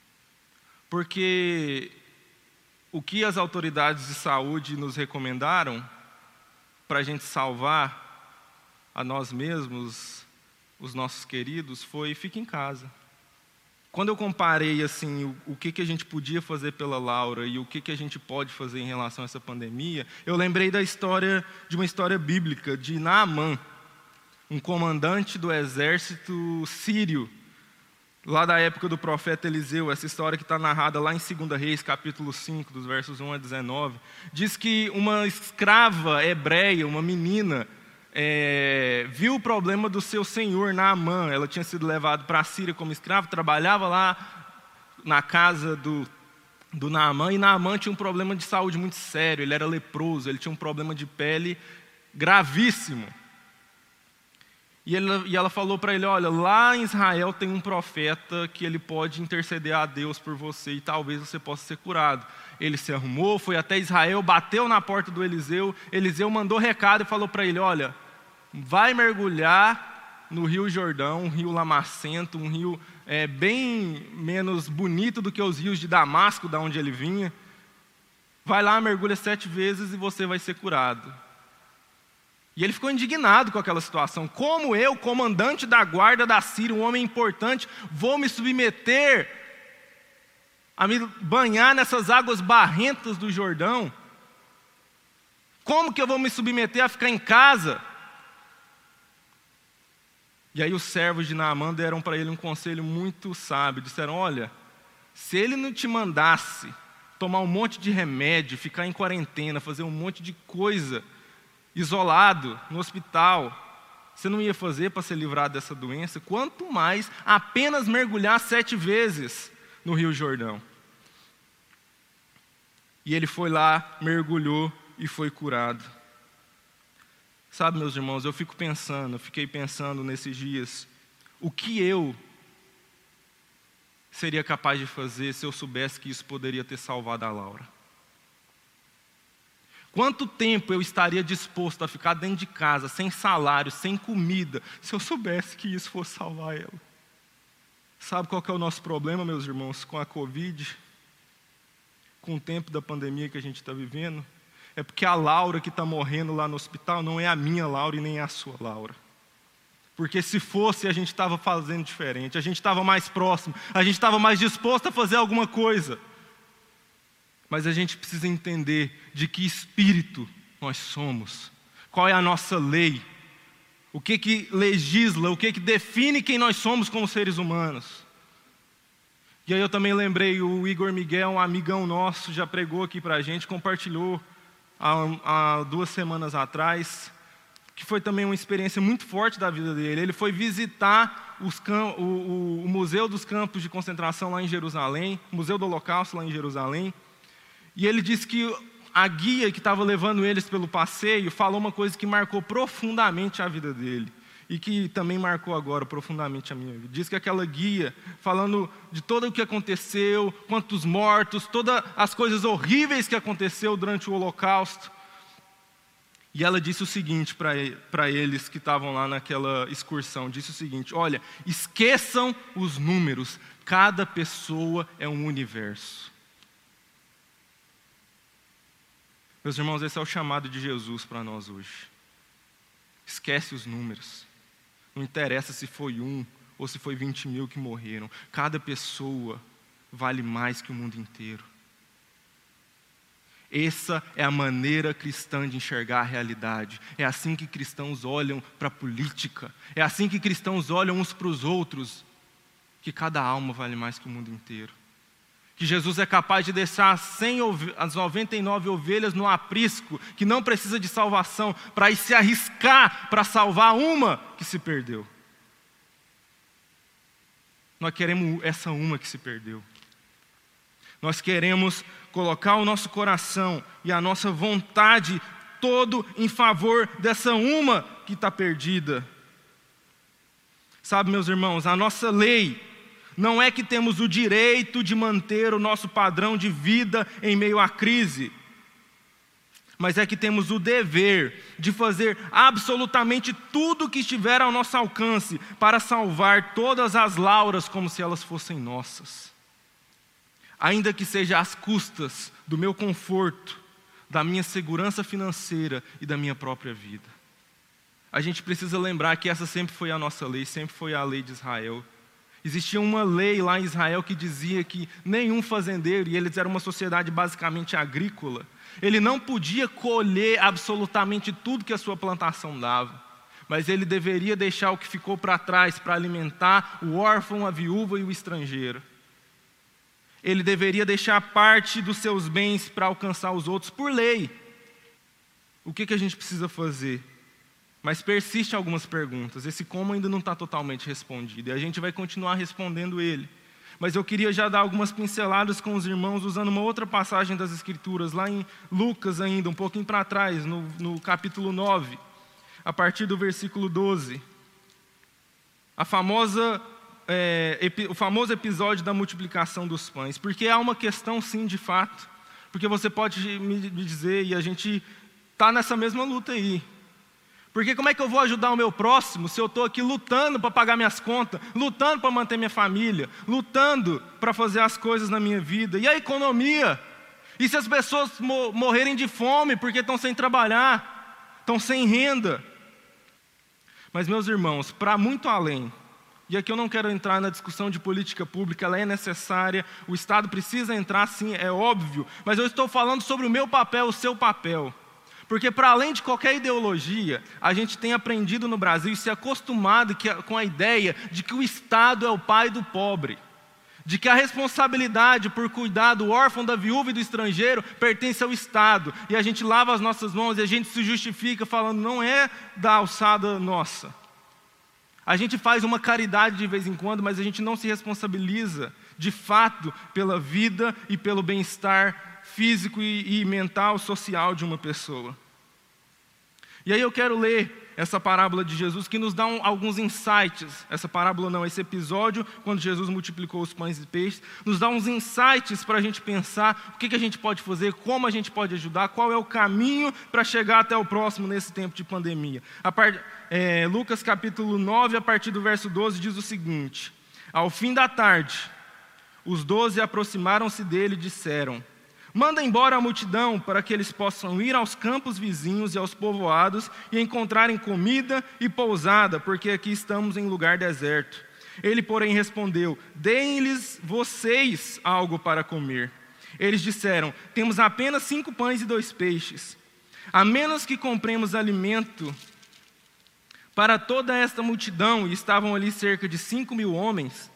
Porque o que as autoridades de saúde nos recomendaram para a gente salvar a nós mesmos, os nossos queridos, foi: fique em casa. Quando eu comparei assim, o, o que, que a gente podia fazer pela Laura e o que, que a gente pode fazer em relação a essa pandemia, eu lembrei da história, de uma história bíblica, de Naamã, um comandante do exército sírio, lá da época do profeta Eliseu. Essa história que está narrada lá em Segunda Reis, capítulo cinco, dos versos um a dezenove, diz que uma escrava hebreia, uma menina, É, viu o problema do seu senhor, Naamã. Ela tinha sido levada para a Síria como escrava, trabalhava lá na casa do, do Naamã, e Naamã tinha um problema de saúde muito sério, ele era leproso, ele tinha um problema de pele gravíssimo. E, ele, e ela falou para ele: olha, lá em Israel tem um profeta que ele pode interceder a Deus por você e talvez você possa ser curado. Ele se arrumou, foi até Israel, bateu na porta do Eliseu, Eliseu mandou recado e falou para ele: olha, vai mergulhar no Rio Jordão, um rio lamacento, um rio é, bem menos bonito do que os rios de Damasco, da onde ele vinha. Vai lá, mergulha sete vezes e você vai ser curado. E ele ficou indignado com aquela situação. Como eu, comandante da guarda da Síria, um homem importante, vou me submeter a me banhar nessas águas barrentas do Jordão? Como que eu vou me submeter a ficar em casa? E aí os servos de Naamã deram para ele um conselho muito sábio. Disseram: olha, se ele não te mandasse tomar um monte de remédio, ficar em quarentena, fazer um monte de coisa, isolado, no hospital, você não ia fazer para ser livrado dessa doença? Quanto mais apenas mergulhar sete vezes no Rio Jordão. E ele foi lá, mergulhou e foi curado. Sabe, meus irmãos, eu fico pensando, eu fiquei pensando nesses dias, o que eu seria capaz de fazer se eu soubesse que isso poderia ter salvado a Laura? Quanto tempo eu estaria disposto a ficar dentro de casa, sem salário, sem comida, se eu soubesse que isso fosse salvar ela? Sabe qual que é o nosso problema, meus irmãos, com a Covid? Com o tempo da pandemia que a gente está vivendo? É porque a Laura que está morrendo lá no hospital não é a minha Laura e nem a sua Laura. Porque se fosse, a gente estava fazendo diferente, a gente estava mais próximo, a gente estava mais disposto a fazer alguma coisa. Mas a gente precisa entender de que espírito nós somos, qual é a nossa lei, o que que legisla, o que que define quem nós somos como seres humanos. E aí eu também lembrei, o Igor Miguel, um amigão nosso, já pregou aqui para a gente, compartilhou há, há duas semanas atrás, que foi também uma experiência muito forte da vida dele. Ele foi visitar os, o, o, o Museu dos Campos de Concentração lá em Jerusalém, o Museu do Holocausto lá em Jerusalém, e ele disse que a guia que estava levando eles pelo passeio falou uma coisa que marcou profundamente a vida dele, e que também marcou agora profundamente a minha vida. Diz que aquela guia, falando de tudo o que aconteceu, quantos mortos, todas as coisas horríveis que aconteceu durante o Holocausto, e ela disse o seguinte para eles que estavam lá naquela excursão, disse o seguinte: olha, esqueçam os números, cada pessoa é um universo. Meus irmãos, esse é o chamado de Jesus para nós hoje. Esquece os números. Não interessa se foi um ou se foi vinte mil que morreram. Cada pessoa vale mais que o mundo inteiro. Essa é a maneira cristã de enxergar a realidade. É assim que cristãos olham para a política. É assim que cristãos olham uns para os outros. Que cada alma vale mais que o mundo inteiro. Que Jesus é capaz de deixar cem, as noventa e nove ovelhas no aprisco, que não precisa de salvação, para ir se arriscar para salvar uma que se perdeu. Nós queremos essa uma que se perdeu. Nós queremos colocar o nosso coração e a nossa vontade todo em favor dessa uma que está perdida. Sabe, meus irmãos, a nossa lei não é que temos o direito de manter o nosso padrão de vida em meio à crise, mas é que temos o dever de fazer absolutamente tudo o que estiver ao nosso alcance para salvar todas as Lauras como se elas fossem nossas. Ainda que seja às custas do meu conforto, da minha segurança financeira e da minha própria vida. A gente precisa lembrar que essa sempre foi a nossa lei, sempre foi a lei de Israel. Existia uma lei lá em Israel que dizia que nenhum fazendeiro, e eles eram uma sociedade basicamente agrícola, ele não podia colher absolutamente tudo que a sua plantação dava, mas ele deveria deixar o que ficou para trás para alimentar o órfão, a viúva e o estrangeiro. Ele deveria deixar parte dos seus bens para alcançar os outros por lei. O que, que a gente precisa fazer? Mas persistem algumas perguntas, esse como ainda não está totalmente respondido, e a gente vai continuar respondendo ele. Mas eu queria já dar algumas pinceladas com os irmãos, usando uma outra passagem das Escrituras, lá em Lucas ainda, um pouquinho para trás, no, no capítulo nove, a partir do versículo doze. A famosa, é, epi, o famoso episódio da multiplicação dos pães, porque há uma questão sim, de fato, porque você pode me, me dizer, e a gente está nessa mesma luta aí, porque como é que eu vou ajudar o meu próximo se eu estou aqui lutando para pagar minhas contas, lutando para manter minha família, lutando para fazer as coisas na minha vida? E a economia? E se as pessoas mo- morrerem de fome porque estão sem trabalhar, estão sem renda? Mas, meus irmãos, para muito além, e aqui eu não quero entrar na discussão de política pública, ela é necessária, o Estado precisa entrar sim, é óbvio, mas eu estou falando sobre o meu papel, o seu papel. Porque para além de qualquer ideologia, a gente tem aprendido no Brasil e se acostumado que, com a ideia de que o Estado é o pai do pobre. De que a responsabilidade por cuidar do órfão, da viúva e do estrangeiro pertence ao Estado. E a gente lava as nossas mãos e a gente se justifica falando, não é da alçada nossa. A gente faz uma caridade de vez em quando, mas a gente não se responsabiliza de fato pela vida e pelo bem-estar físico e, e mental, social de uma pessoa. E aí eu quero ler essa parábola de Jesus que nos dá um, alguns insights. Essa parábola não, esse episódio, quando Jesus multiplicou os pães e peixes, nos dá uns insights para a gente pensar o que, que a gente pode fazer, como a gente pode ajudar, qual é o caminho para chegar até o próximo nesse tempo de pandemia. A part, é, Lucas capítulo nove, a partir do verso doze, diz o seguinte: ao fim da tarde, os doze aproximaram-se dele e disseram: manda embora a multidão para que eles possam ir aos campos vizinhos e aos povoados e encontrarem comida e pousada, porque aqui estamos em lugar deserto. Ele, porém, respondeu: deem-lhes vocês algo para comer. Eles disseram: temos apenas cinco pães e dois peixes. A menos que compremos alimento para toda esta multidão, e estavam ali cerca de cinco mil homens.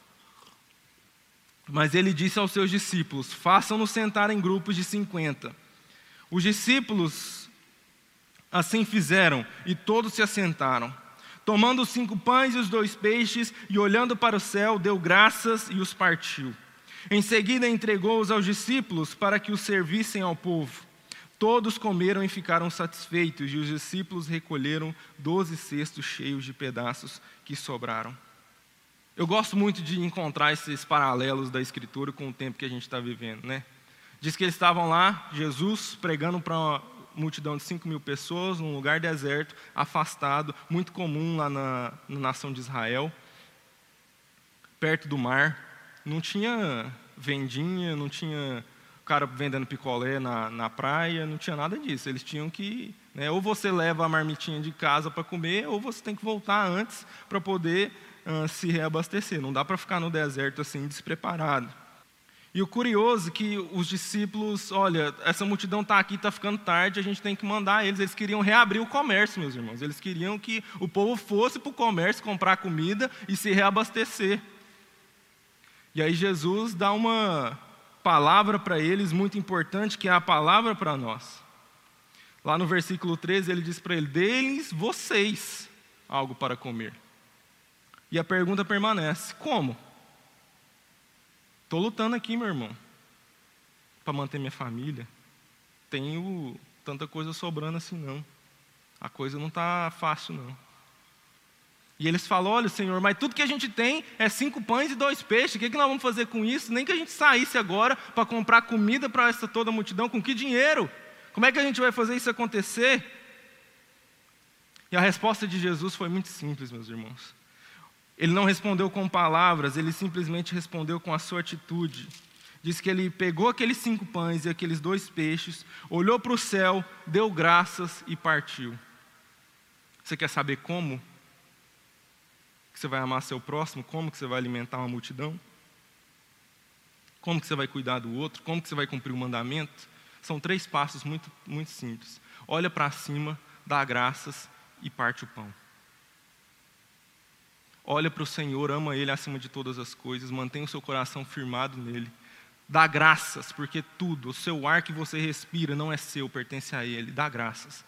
Mas ele disse aos seus discípulos: façam-nos sentar em grupos de cinquenta. Os discípulos assim fizeram, e todos se assentaram. Tomando os cinco pães e os dois peixes, e olhando para o céu, deu graças e os partiu. Em seguida entregou-os aos discípulos para que os servissem ao povo. Todos comeram e ficaram satisfeitos, e os discípulos recolheram doze cestos cheios de pedaços que sobraram. Eu gosto muito de encontrar esses paralelos da Escritura com o tempo que a gente está vivendo, né? Diz que eles estavam lá, Jesus pregando para uma multidão de cinco mil pessoas, num lugar deserto, afastado, muito comum lá na, na nação de Israel, perto do mar. Não tinha vendinha, não tinha o cara vendendo picolé na, na praia, não tinha nada disso. Eles tinham que, né, ou você leva a marmitinha de casa para comer, ou você tem que voltar antes para poder Uh, se reabastecer. Não dá para ficar no deserto assim, despreparado. E o curioso é que os discípulos, olha, essa multidão está aqui, está ficando tarde, a gente tem que mandar eles. Eles queriam reabrir o comércio, meus irmãos. Eles queriam que o povo fosse para o comércio comprar comida e se reabastecer. E aí Jesus dá uma palavra para eles muito importante, que é a palavra para nós. Lá no versículo treze ele diz para eles: deem-lhes vocês algo para comer. E a pergunta permanece: como? Estou lutando aqui, meu irmão, para manter minha família. Tenho tanta coisa sobrando assim, não. A coisa não está fácil, não. E eles falam: olha, Senhor, mas tudo que a gente tem é cinco pães e dois peixes. O que, é que nós vamos fazer com isso? Nem que a gente saísse agora para comprar comida para essa toda multidão. Com que dinheiro? Como é que a gente vai fazer isso acontecer? E a resposta de Jesus foi muito simples, meus irmãos. Ele não respondeu com palavras, ele simplesmente respondeu com a sua atitude. Diz que ele pegou aqueles cinco pães e aqueles dois peixes, olhou para o céu, deu graças e partiu. Você quer saber como que você vai amar seu próximo? Como que você vai alimentar uma multidão? Como que você vai cuidar do outro? Como que você vai cumprir o mandamento? São três passos muito, muito simples. Olha para cima, dá graças e parte o pão. Olha para o Senhor, ama Ele acima de todas as coisas, mantenha o seu coração firmado nele. Dá graças, porque tudo, o seu ar que você respira não é seu, pertence a Ele. Dá graças.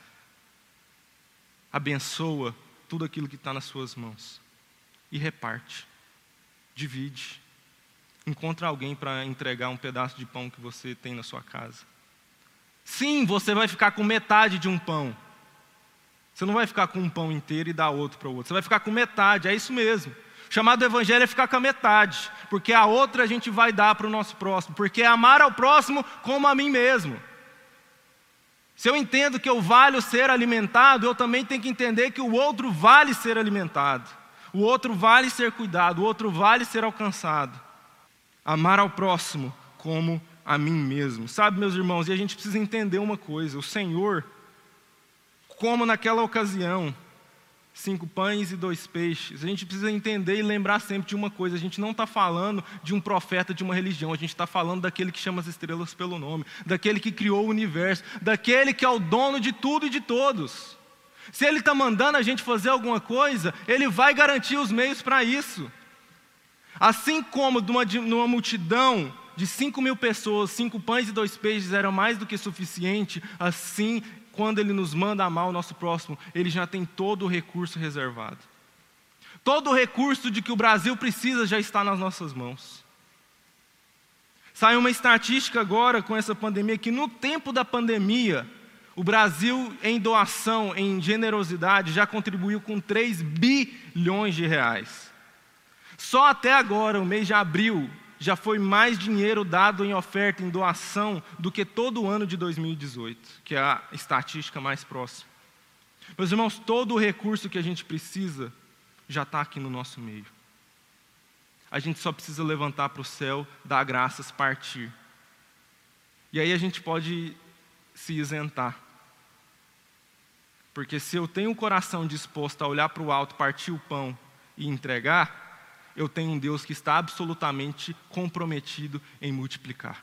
Abençoa tudo aquilo que está nas suas mãos. E reparte. Divide. Encontra alguém para entregar um pedaço de pão que você tem na sua casa. Sim, você vai ficar com metade de um pão. Você não vai ficar com um pão inteiro e dar outro para o outro. Você vai ficar com metade, é isso mesmo. O chamado do evangelho é ficar com a metade. Porque a outra a gente vai dar para o nosso próximo. Porque é amar ao próximo como a mim mesmo. Se eu entendo que eu valho ser alimentado, eu também tenho que entender que o outro vale ser alimentado. O outro vale ser cuidado, o outro vale ser alcançado. Amar ao próximo como a mim mesmo. Sabe, meus irmãos, e a gente precisa entender uma coisa. O Senhor, como naquela ocasião, cinco pães e dois peixes, a gente precisa entender e lembrar sempre de uma coisa: a gente não está falando de um profeta de uma religião, a gente está falando daquele que chama as estrelas pelo nome, daquele que criou o universo, daquele que é o dono de tudo e de todos. Se Ele está mandando a gente fazer alguma coisa, Ele vai garantir os meios para isso. Assim como numa, numa multidão de cinco mil pessoas, cinco pães e dois peixes era mais do que suficiente, assim, quando Ele nos manda amar o nosso próximo, Ele já tem todo o recurso reservado. Todo o recurso de que o Brasil precisa já está nas nossas mãos. Saiu uma estatística agora com essa pandemia, que no tempo da pandemia, o Brasil em doação, em generosidade, já contribuiu com três bilhões de reais. Só até agora, o mês de abril, já foi mais dinheiro dado em oferta, em doação, do que todo o ano de dois mil e dezoito, que é a estatística mais próxima. Meus irmãos, todo o recurso que a gente precisa já está aqui no nosso meio. A gente só precisa levantar para o céu, dar graças, partir. E aí a gente pode se isentar. Porque se eu tenho um coração disposto a olhar para o alto, partir o pão e entregar, eu tenho um Deus que está absolutamente comprometido em multiplicar.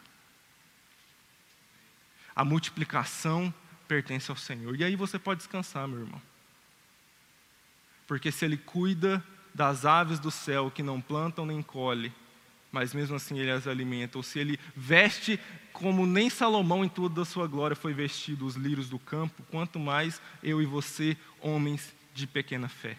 A multiplicação pertence ao Senhor. E aí você pode descansar, meu irmão. Porque se Ele cuida das aves do céu que não plantam nem colhem, mas mesmo assim Ele as alimenta, ou se Ele veste como nem Salomão em toda a sua glória foi vestido os lírios do campo, quanto mais eu e você, homens de pequena fé.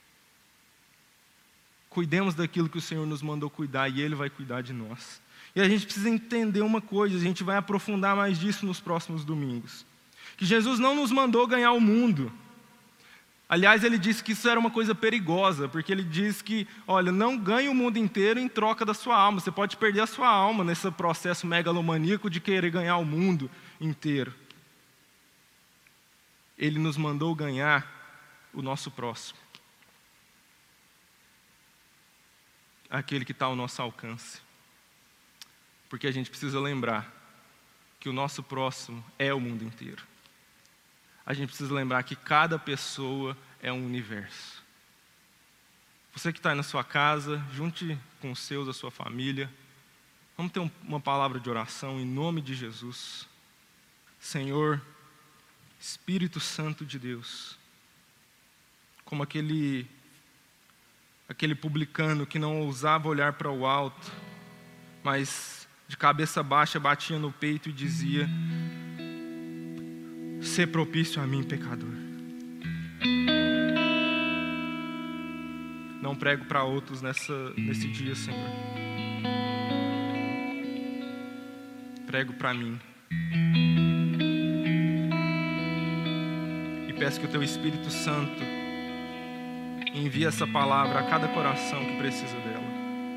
Cuidemos daquilo que o Senhor nos mandou cuidar e Ele vai cuidar de nós. E a gente precisa entender uma coisa, a gente vai aprofundar mais disso nos próximos domingos. Que Jesus não nos mandou ganhar o mundo. Aliás, Ele disse que isso era uma coisa perigosa, porque Ele diz que, olha, não ganhe o mundo inteiro em troca da sua alma. Você pode perder a sua alma nesse processo megalomaníaco de querer ganhar o mundo inteiro. Ele nos mandou ganhar o nosso próximo. Aquele que está ao nosso alcance. Porque a gente precisa lembrar que o nosso próximo é o mundo inteiro. A gente precisa lembrar que cada pessoa é um universo. Você que está aí na sua casa, junte com os seus, a sua família. Vamos ter um, uma palavra de oração em nome de Jesus. Senhor, Espírito Santo de Deus, como aquele... aquele publicano que não ousava olhar para o alto, mas de cabeça baixa batia no peito e dizia: "Sê propício a mim, pecador." Não prego para outros nessa, nesse dia, Senhor. Prego para mim. E peço que o Teu Espírito Santo envie essa palavra a cada coração que precisa dela.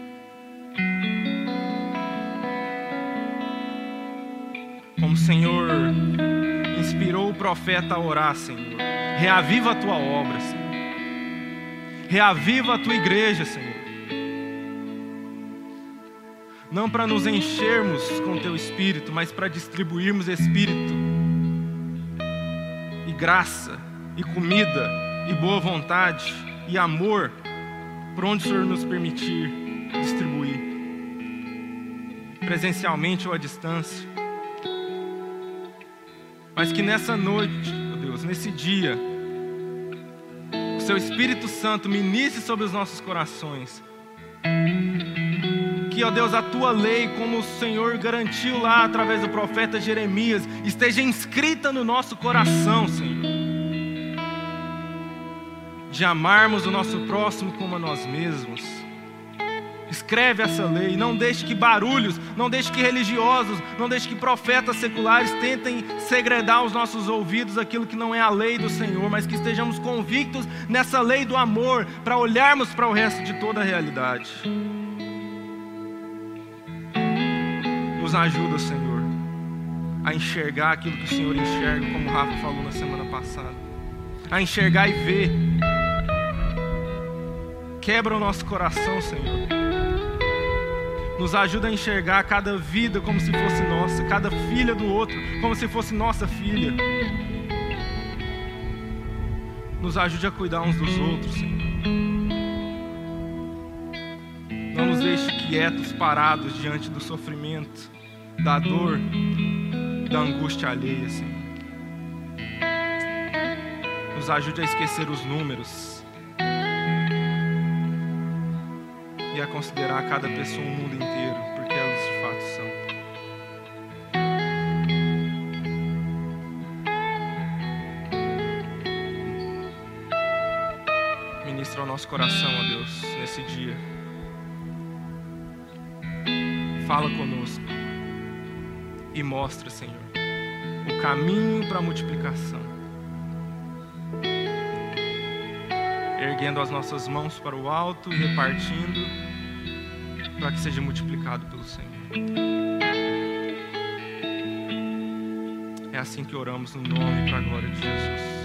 Como o Senhor inspirou o profeta a orar, Senhor, reaviva a Tua obra, Senhor. Reaviva a Tua igreja, Senhor. Não para nos enchermos com o Teu Espírito, mas para distribuirmos Espírito e graça e comida e boa vontade e amor, por onde o Senhor nos permitir distribuir, presencialmente ou à distância. Mas que nessa noite, meu Deus, nesse dia, o Seu Espírito Santo ministre sobre os nossos corações. Que, ó Deus, a Tua lei, como o Senhor garantiu lá através do profeta Jeremias, esteja inscrita no nosso coração, Senhor. De amarmos o nosso próximo como a nós mesmos. Escreve essa lei, não deixe que barulhos, não deixe que religiosos, não deixe que profetas seculares tentem segredar aos nossos ouvidos aquilo que não é a lei do Senhor, mas que estejamos convictos nessa lei do amor, para olharmos para o resto de toda a realidade. Nos ajuda, Senhor, a enxergar aquilo que o Senhor enxerga, como o Rafa falou na semana passada, a enxergar e ver. Quebra o nosso coração, Senhor. Nos ajuda a enxergar cada vida como se fosse nossa, cada filha do outro como se fosse nossa filha. Nos ajude a cuidar uns dos outros, Senhor. Não nos deixe quietos, parados diante do sofrimento, da dor, da angústia alheia, Senhor. Nos ajude a esquecer os números e a considerar cada pessoa o mundo inteiro, porque elas de fato são. Ministra ao nosso coração, ó Deus, nesse dia. Fala conosco. e mostra, Senhor, o caminho para a multiplicação. Erguendo as nossas mãos para o alto e repartindo para que seja multiplicado pelo Senhor. É assim que oramos no nome e para a glória de Jesus.